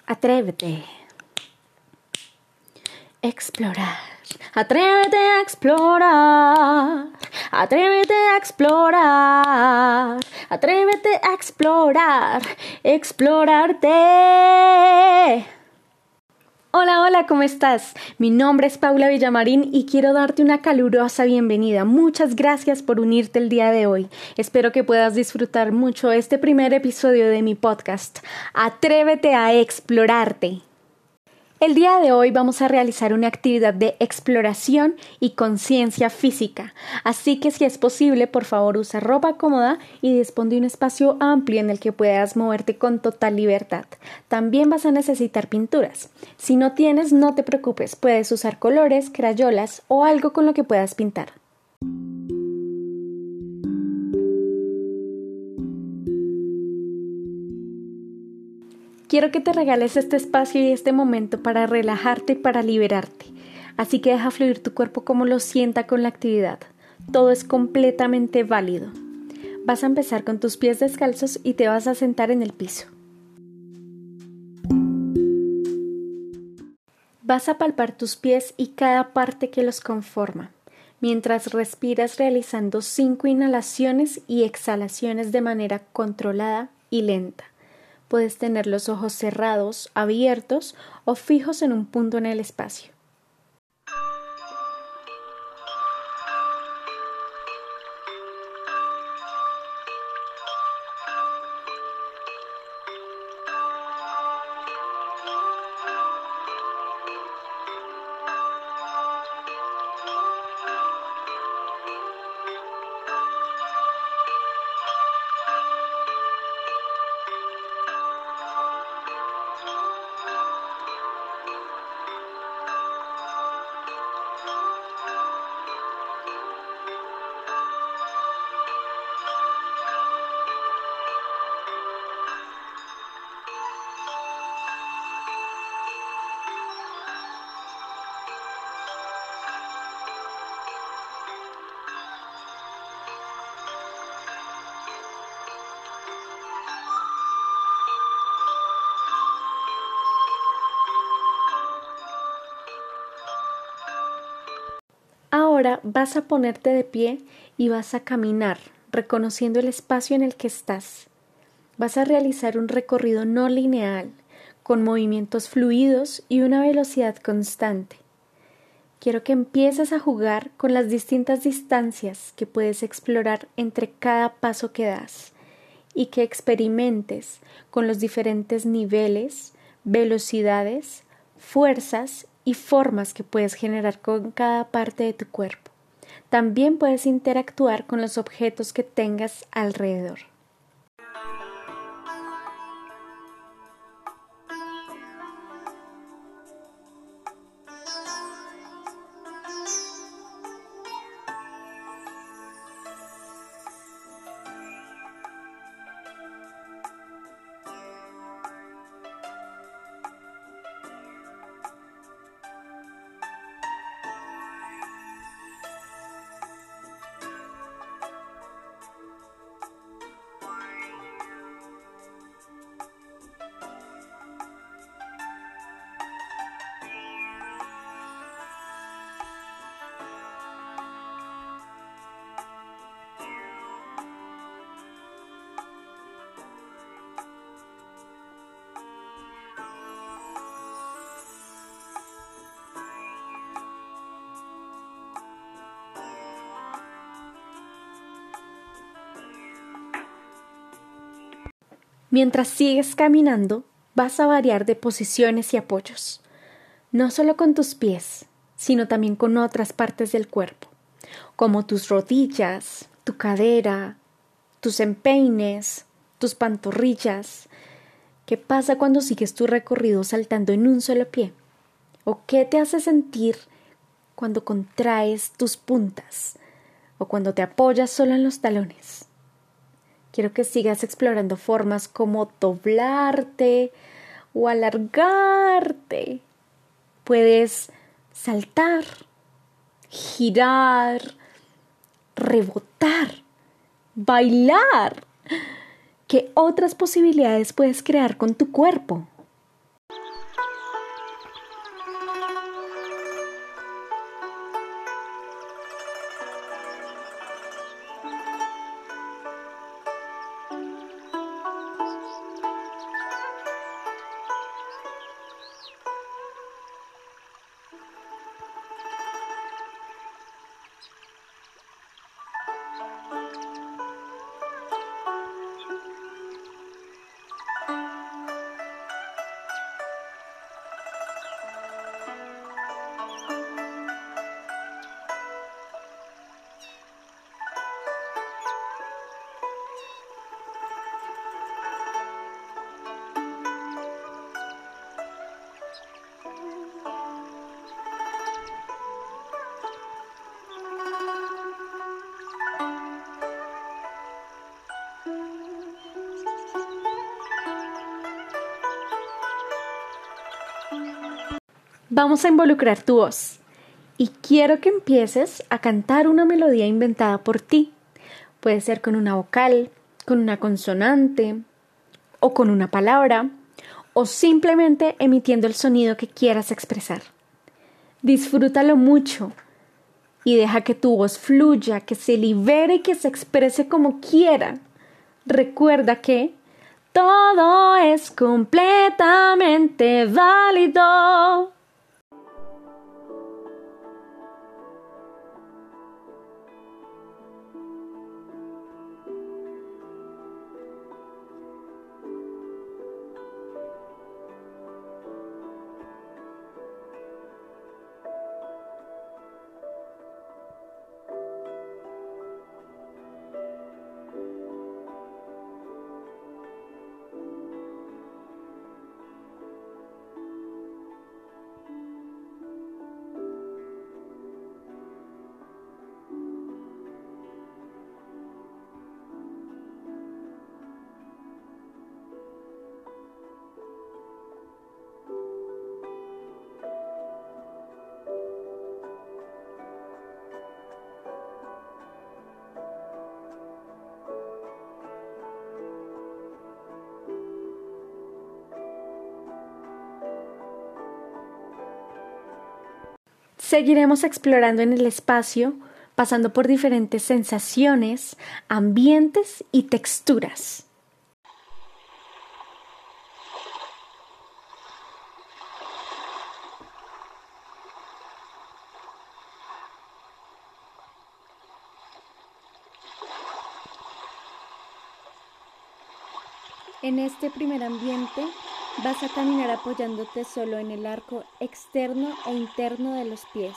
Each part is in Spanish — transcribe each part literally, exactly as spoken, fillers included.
Atrévete. Explorar. Atrévete a explorar. Atrévete a explorar. Atrévete a explorar. Explorarte. Hola, hola, ¿cómo estás? Mi nombre es Paula Villamarín y quiero darte una calurosa bienvenida. Muchas gracias por unirte el día de hoy. Espero que puedas disfrutar mucho este primer episodio de mi podcast. Atrévete a explorarte. El día de hoy vamos a realizar una actividad de exploración y conciencia física, así que si es posible, por favor usa ropa cómoda y dispón de un espacio amplio en el que puedas moverte con total libertad. También vas a necesitar pinturas. Si no tienes, no te preocupes, puedes usar colores, crayolas o algo con lo que puedas pintar. Quiero que te regales este espacio y este momento para relajarte y para liberarte. Así que deja fluir tu cuerpo como lo sienta con la actividad. Todo es completamente válido. Vas a empezar con tus pies descalzos y te vas a sentar en el piso. Vas a palpar tus pies y cada parte que los conforma, mientras respiras realizando cinco inhalaciones y exhalaciones de manera controlada y lenta. Puedes tener los ojos cerrados, abiertos o fijos en un punto en el espacio. Ahora vas a ponerte de pie y vas a caminar, reconociendo el espacio en el que estás. Vas a realizar un recorrido no lineal, con movimientos fluidos y una velocidad constante. Quiero que empieces a jugar con las distintas distancias que puedes explorar entre cada paso que das y que experimentes con los diferentes niveles, velocidades, fuerzas y formas que puedes generar con cada parte de tu cuerpo. También puedes interactuar con los objetos que tengas alrededor. Mientras sigues caminando, vas a variar de posiciones y apoyos, no solo con tus pies, sino también con otras partes del cuerpo, como tus rodillas, tu cadera, tus empeines, tus pantorrillas. ¿Qué pasa cuando sigues tu recorrido saltando en un solo pie? ¿O qué te hace sentir cuando contraes tus puntas o cuando te apoyas solo en los talones? Quiero que sigas explorando formas como doblarte o alargarte. Puedes saltar, girar, rebotar, bailar. ¿Qué otras posibilidades puedes crear con tu cuerpo? Vamos a involucrar tu voz y quiero que empieces a cantar una melodía inventada por ti. Puede ser con una vocal, con una consonante o con una palabra o simplemente emitiendo el sonido que quieras expresar. Disfrútalo mucho y deja que tu voz fluya, que se libere y que se exprese como quiera. Recuerda que todo es completamente válido. Seguiremos explorando en el espacio, pasando por diferentes sensaciones, ambientes y texturas. En este primer ambiente vas a caminar apoyándote solo en el arco externo e interno de los pies.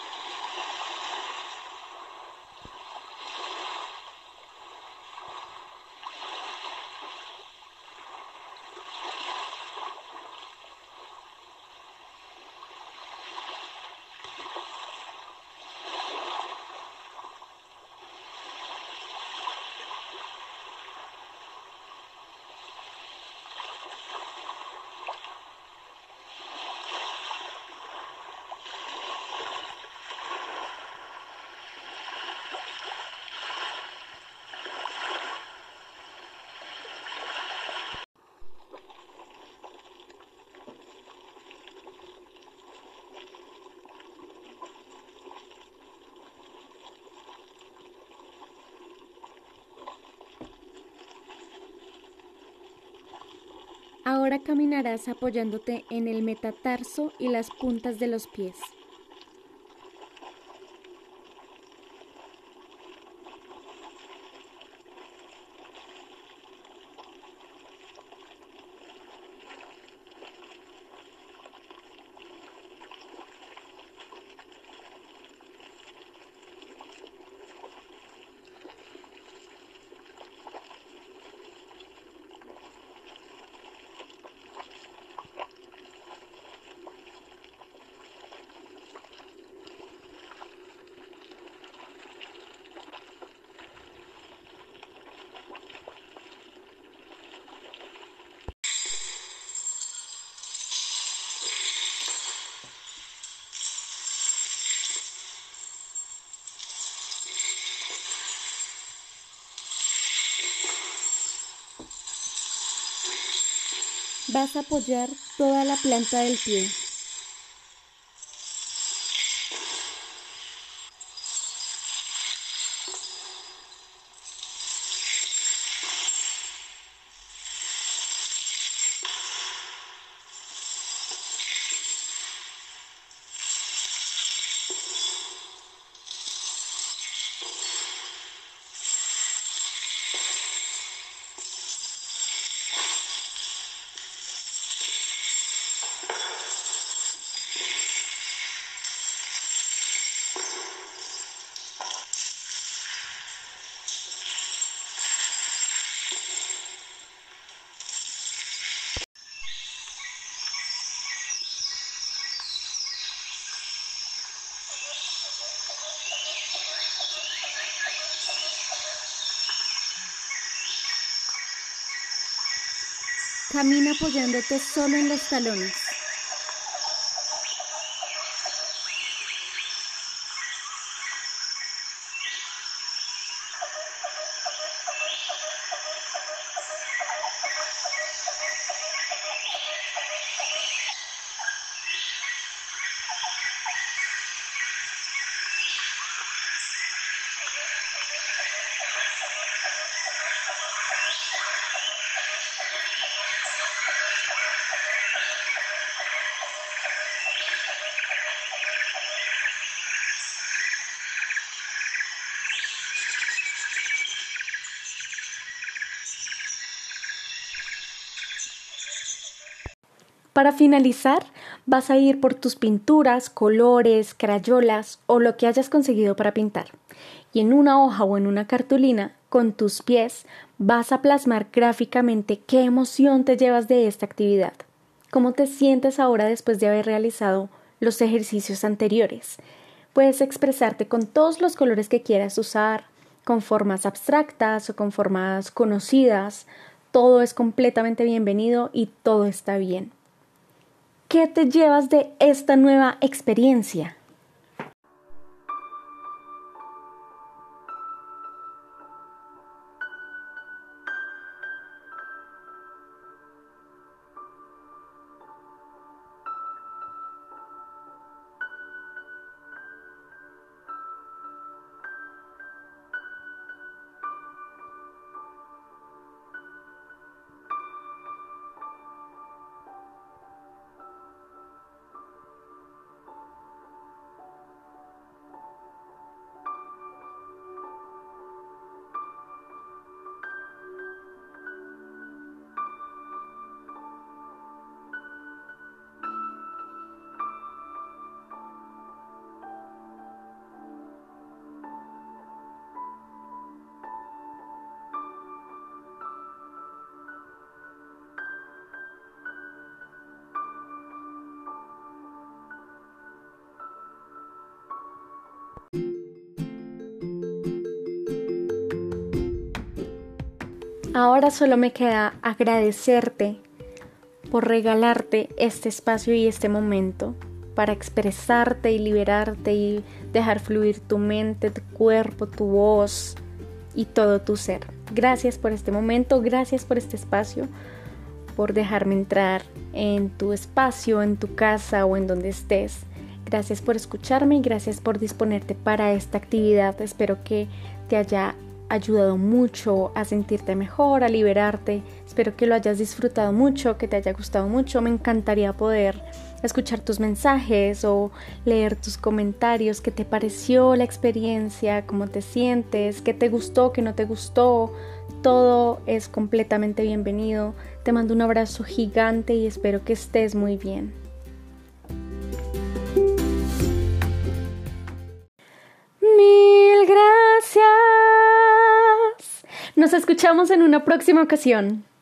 Ahora caminarás apoyándote en el metatarso y las puntas de los pies. Vas a apoyar toda la planta del pie. Camina apoyándote solo en los talones. Para finalizar, vas a ir por tus pinturas, colores, crayolas o lo que hayas conseguido para pintar. Y en una hoja o en una cartulina, con tus pies, vas a plasmar gráficamente qué emoción te llevas de esta actividad. ¿Cómo te sientes ahora después de haber realizado los ejercicios anteriores? Puedes expresarte con todos los colores que quieras usar, con formas abstractas o con formas conocidas. Todo es completamente bienvenido y todo está bien. ¿Qué te llevas de esta nueva experiencia? Ahora solo me queda agradecerte por regalarte este espacio y este momento para expresarte y liberarte y dejar fluir tu mente, tu cuerpo, tu voz y todo tu ser. Gracias por este momento, gracias por este espacio, por dejarme entrar en tu espacio, en tu casa o en donde estés. Gracias por escucharme y gracias por disponerte para esta actividad. Espero que te haya ayudado mucho a sentirte mejor, a liberarte. Espero que lo hayas disfrutado mucho, que te haya gustado mucho. Me encantaría poder escuchar tus mensajes o leer tus comentarios. ¿Qué te pareció la experiencia? ¿Cómo te sientes? ¿Qué te gustó? ¿Qué no te gustó? Todo es completamente bienvenido. Te mando un abrazo gigante y espero que estés muy bien. Mil gracias. Nos escuchamos en una próxima ocasión.